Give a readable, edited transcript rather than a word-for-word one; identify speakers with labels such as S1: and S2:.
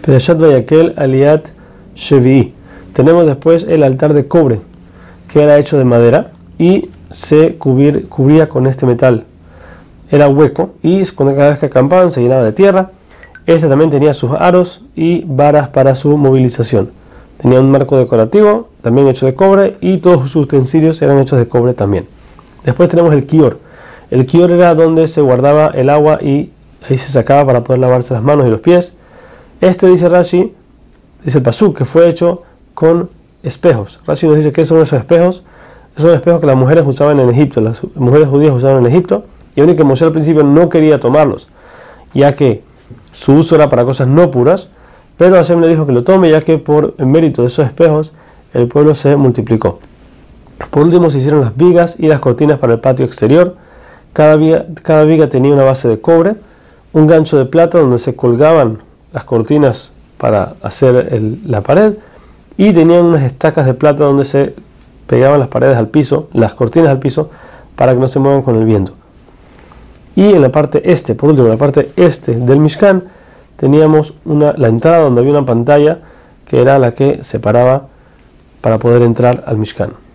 S1: Perashat Vayakel Aliat Shevi'i. Tenemos después el altar de cobre, que era hecho de madera y se cubría con este metal. Era hueco y cada vez que acampaban se llenaba de tierra. Este también tenía sus aros y varas para su movilización. Tenía un marco decorativo, también hecho de cobre, y todos sus utensilios eran hechos de cobre también. Después tenemos el kior. El kior era donde se guardaba el agua y ahí se sacaba para poder lavarse las manos y los pies. Este, dice Rashi, dice el pasuk, que fue hecho con espejos. Rashi nos dice que son esos espejos. Son espejos que las mujeres usaban en Egipto, las mujeres judías usaban en Egipto, y aunque Moshe al principio no quería tomarlos, ya que su uso era para cosas no puras, pero Hashem le dijo que lo tome, ya que por el mérito de esos espejos el pueblo se multiplicó. Por último se hicieron las vigas y las cortinas para el patio exterior. Cada viga tenía una base de cobre, un gancho de plata donde se colgaban las cortinas para hacer la pared, y tenían unas estacas de plata donde se pegaban las paredes al piso, las cortinas al piso, para que no se muevan con el viento. Y en la parte por último, en la parte del Mishkan, teníamos la entrada donde había una pantalla que era la que separaba para poder entrar al Mishkan.